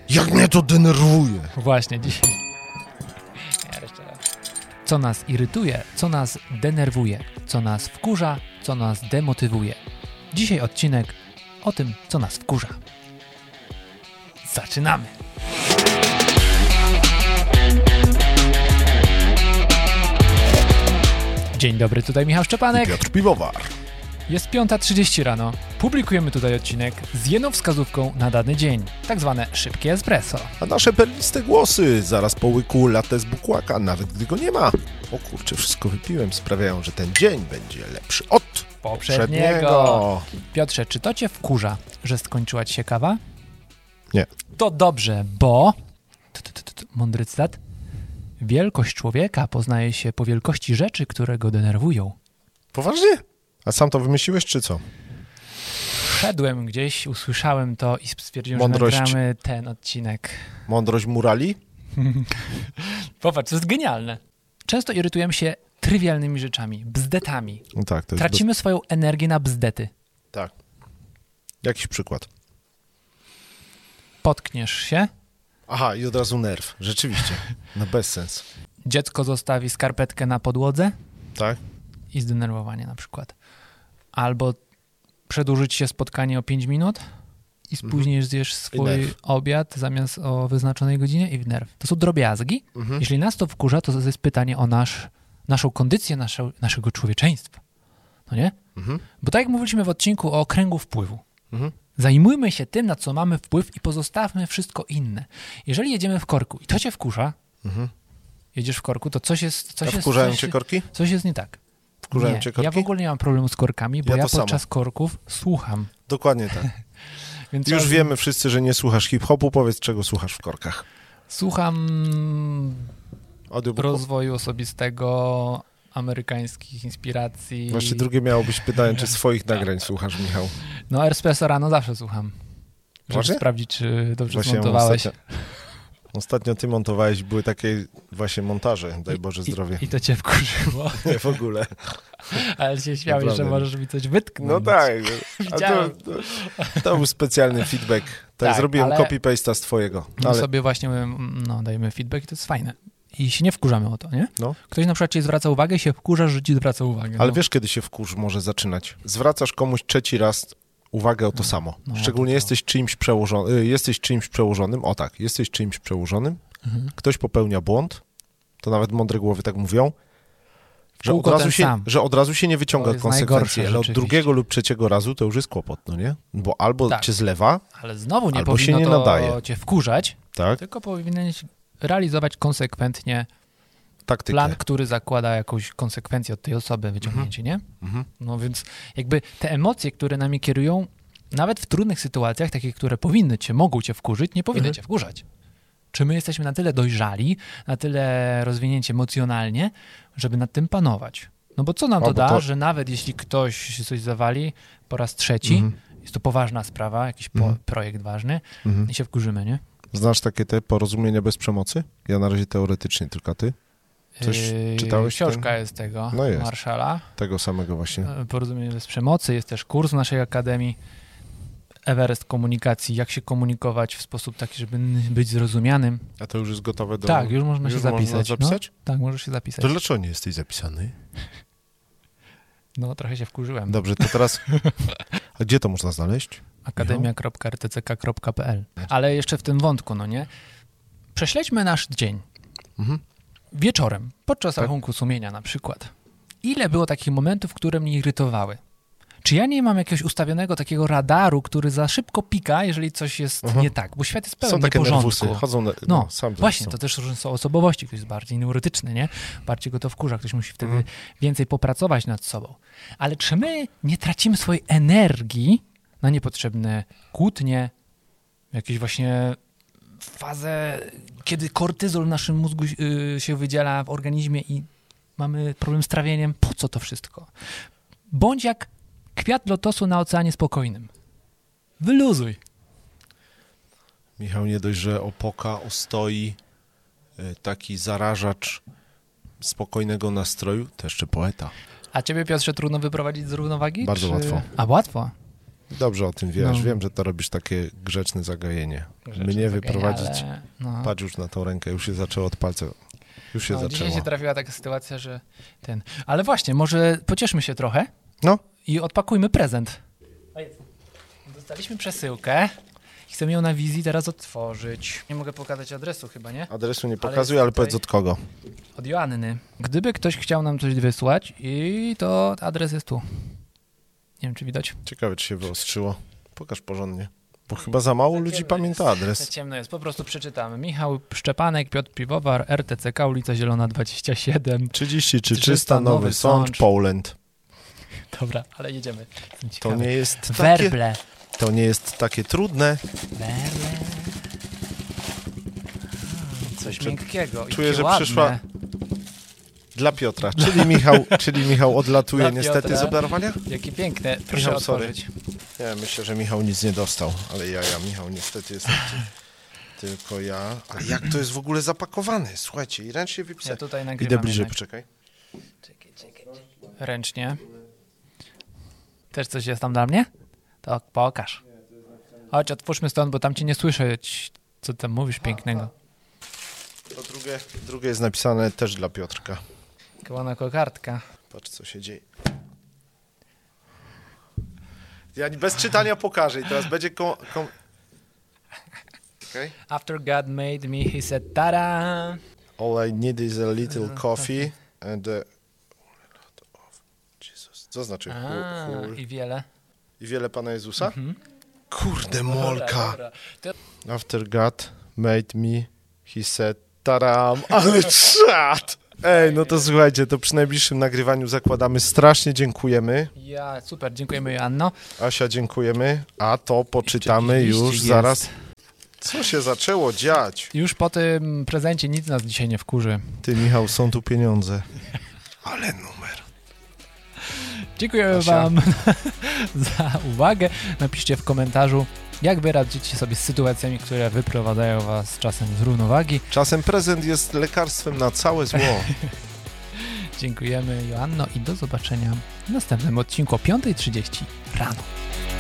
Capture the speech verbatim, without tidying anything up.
Jak mnie to denerwuje. Właśnie, dzisiaj. Ja jeszcze raz. Co nas irytuje, co nas denerwuje, co nas wkurza, co nas demotywuje. Dzisiaj odcinek o tym, co nas wkurza. Zaczynamy! Dzień dobry, tutaj Michał Szczepanek. I Piotr Piwowar. Jest piąta trzydzieści rano. Publikujemy tutaj odcinek z jedną wskazówką na dany dzień. Tak zwane szybkie espresso. A nasze perliste głosy zaraz po łyku latte z bukłaka, nawet gdy go nie ma. O kurczę, wszystko wypiłem, sprawiają, że ten dzień będzie lepszy od poprzedniego. poprzedniego. Piotrze, czy to cię wkurza, że skończyła ci się kawa? Nie. To dobrze, bo... Mądry cytat. Wielkość człowieka poznaje się po wielkości rzeczy, które go denerwują. Poważnie? A sam to wymyśliłeś, czy co? Szedłem gdzieś, usłyszałem to i stwierdziłem, Mądrość. że nagramy ten odcinek. Mądrość murali? Popatrz, to jest genialne. Często irytujemy się trywialnymi rzeczami, bzdetami. No tak, to jest Tracimy bez... swoją energię na bzdety. Tak. Jakiś przykład? Potkniesz się, Aha, i od razu nerw. Rzeczywiście. No bez sens. dziecko zostawi skarpetkę na podłodze Tak? i zdenerwowanie na przykład. Albo przedłużyć się spotkanie o pięć minut i później zjesz swój nerw. obiad zamiast o wyznaczonej godzinie i w nerw. To są drobiazgi. Mhm. Jeśli nas to wkurza, to to jest pytanie o nasz, naszą kondycję nasze, naszego człowieczeństwa. No nie? Mhm. Bo tak jak mówiliśmy w odcinku o kręgu wpływu. Mhm. Zajmujmy się tym, na co mamy wpływ i pozostawmy wszystko inne. Jeżeli jedziemy w korku i to cię wkurza, Mhm. jedziesz w korku, to coś jest... Coś A jest wkurzają coś, cię korki? Coś jest nie tak. Wkurzają nie, cię korki? ja w ogóle nie mam problemu z korkami, bo Ja ja, to samo. podczas korków słucham. Dokładnie tak. Więc Już ja wiemy wszyscy, że nie słuchasz hip-hopu. Powiedz, czego słuchasz w korkach. Słucham Audiobooku? rozwoju osobistego, amerykańskich inspiracji. Właśnie drugie miało być pytanie, czy swoich nagrań słuchasz, Michał? No, Espresso rano zawsze słucham. Żeby Właśnie? sprawdzić, czy dobrze Właśnie zmontowałeś. Ostatnio, ostatnio ty montowałeś, były takie właśnie montaże, daj Boże zdrowie. I, I to cię wkurzyło. Nie, w ogóle. Ale się śmiałeś, Naprawdę. że możesz mi coś wytknąć. No tak. A Widziałem. to, to, to był specjalny feedback. Tak, Tak, zrobiłem ale- copy-paste'a z twojego. My Ale sobie właśnie no, dajemy feedback i to jest fajne. I się nie wkurzamy o to, nie? No. Ktoś na przykład ci zwraca uwagę i się wkurza, że ci zwraca uwagę. Ale no. wiesz, kiedy się wkurz może zaczynać? Zwracasz komuś trzeci raz uwagę o to samo. no, Szczególnie to- jesteś czyimś przełożonym, jesteś czyimś przełożonym, o tak, jesteś czyimś przełożonym, Mhm. ktoś popełnia błąd, to nawet mądre głowy tak mówią, że od, Kółko razu ten się, sam. że od razu się nie wyciąga To jest konsekwencji, najgorsze ale od rzeczywiście. drugiego lub trzeciego razu to już jest kłopot, no nie? Bo albo Tak. cię zlewa, Ale znowu nie Albo się powinno nie to nadaje. cię wkurzać, tak, tylko powinieneś realizować konsekwentnie taktykę. plan, który zakłada jakąś konsekwencję od tej osoby, wyciągnięcie, nie? Mhm. No więc jakby te emocje, które nami kierują, nawet w trudnych sytuacjach, takie, które powinny cię, mogą cię wkurzyć, nie powinny Mhm. cię wkurzać. Czy my jesteśmy na tyle dojrzali, na tyle rozwinięci emocjonalnie, żeby nad tym panować? No bo co nam O, to bo da, to- że nawet jeśli ktoś się coś zawali po raz trzeci, Mhm. jest to poważna sprawa, jakiś po, Mhm. projekt ważny Mhm. i się wkurzymy, nie? Znasz takie te porozumienia bez przemocy? Ja na razie teoretycznie, tylko ty? Coś Yy, czytałeś Książka ten? jest tego, No jest. Marszala. Tego samego właśnie. E, Porozumienie bez przemocy. Jest też kurs w naszej akademii Everest Komunikacji. Jak się komunikować w sposób taki, żeby n- być zrozumianym. A to już jest gotowe do... Tak, już można już się zapisać. Można zapisać? No, tak, możesz się zapisać. To dlaczego nie jesteś zapisany? No, trochę się wkurzyłem. Dobrze, to teraz... A gdzie to można znaleźć? akademia kropka r t c k kropka p l. Ale jeszcze w tym wątku, no nie? Prześledźmy nasz dzień. Mhm. Wieczorem, podczas Tak. rachunku sumienia na przykład. Ile było takich momentów, które mnie irytowały? Czy ja nie mam jakiegoś ustawionego takiego radaru, który za szybko pika, jeżeli coś jest Mhm. nie tak? Bo świat jest pełen Są takie nieporządku. nerwusy, chodzą... Na... No, No, sam właśnie, są. to też różne są osobowości. Ktoś jest bardziej neurotyczny, nie? Bardziej go to wkurza. Ktoś musi wtedy Mhm. więcej popracować nad sobą. Ale czy my nie tracimy swojej energii na niepotrzebne kłótnie, jakieś właśnie fazę, kiedy kortyzol w naszym mózgu yy, się wydziela w organizmie i mamy problem z trawieniem? Po co to wszystko? Bądź jak kwiat lotosu na oceanie spokojnym. Wyluzuj. Michał, nie dość, że opoka, ostoi, y, taki zarażacz spokojnego nastroju, to jeszcze poeta. A ciebie, Piotrze, trudno wyprowadzić z równowagi? Bardzo czy... łatwo. A, łatwo? Dobrze o tym wiesz. No. Wiem, że to robisz takie grzeczne zagajenie. Grzeczne Mnie zagajenie, wyprowadzić. ale, no. Patrz już na tą rękę, już się zaczęło od palca. Już się No, zaczęło. dzisiaj się trafiła taka sytuacja, że ten... Ale właśnie, może pocieszmy się trochę No, i odpakujmy prezent. Dostaliśmy przesyłkę i chcemy ją na wizji teraz otworzyć. Nie mogę pokazać adresu chyba, nie? adresu nie Ale pokazuję, jest ale tutaj- powiedz od kogo. Od Joanny. Gdyby ktoś chciał nam coś wysłać, i to adres jest tu. Nie wiem, czy widać. Ciekawe, czy się wyostrzyło. Pokaż porządnie. Bo chyba za mało ludzi pamięta Za adres. ciemno jest, po prostu przeczytamy. Michał Szczepanek, Piotr Piwowar, R T C K, ulica Zielona dwadzieścia siedem. trzydzieści trzy trzysta Nowy Sącz, Poland. Dobra, ale jedziemy. Jestem To ciekawy. nie jest takie, Werble. to nie jest takie trudne. Werble. A, Coś Czuję, miękkiego. i że takie ładne. przyszła- Dla Piotra, czyli Michał, czyli Michał odlatuje Dla niestety Piotra. z obdarowania. Jakie piękne. Proszę Michał, sorry. otworzyć. Ja myślę, że Michał nic nie dostał, ale ja, ja, Michał niestety jest ty, tylko ja. Ale jak to jest w ogóle zapakowane? Słuchajcie, i ręcznie Ja wypisać. tutaj nagrywam. Idę bliżej, jednak. poczekaj. Czekaj, czekaj. Ręcznie. Też coś jest tam dla mnie? To pokaż. Chodź, otwórzmy stąd, bo tam cię nie słyszeć, co tam mówisz pięknego. To drugie, drugie jest napisane też dla Piotrka. Kołana kokardka. Patrz, co się dzieje. Ja bez czytania pokażę i teraz będzie kom... kom... Okay. After God made me, he said, tada! All I need is a little coffee and a... Jesus. Co znaczy? A, Hu- hu- i wiele. I wiele Pana Jezusa? Mhm. Kurde, molka. Dobra, dobra. To After God made me, he said, taram, ale czad! Ej, no to słuchajcie, to przy najbliższym nagrywaniu zakładamy. Strasznie dziękujemy. Ja, super, dziękujemy Joanno. Asia, dziękujemy. A to poczytamy Jakiś już liścik zaraz. jest. Co się zaczęło dziać? Już po tym prezencie nic nas dzisiaj nie wkurzy. Ty, Michał, są tu pieniądze. Ale numer. Dziękujemy Asia. wam za uwagę. Napiszcie w komentarzu, jak wy radzicie sobie z sytuacjami, które wyprowadzają was czasem z równowagi. Czasem prezent jest lekarstwem na całe zło. Dziękujemy Joanno i do zobaczenia w następnym odcinku o piąta trzydzieści rano.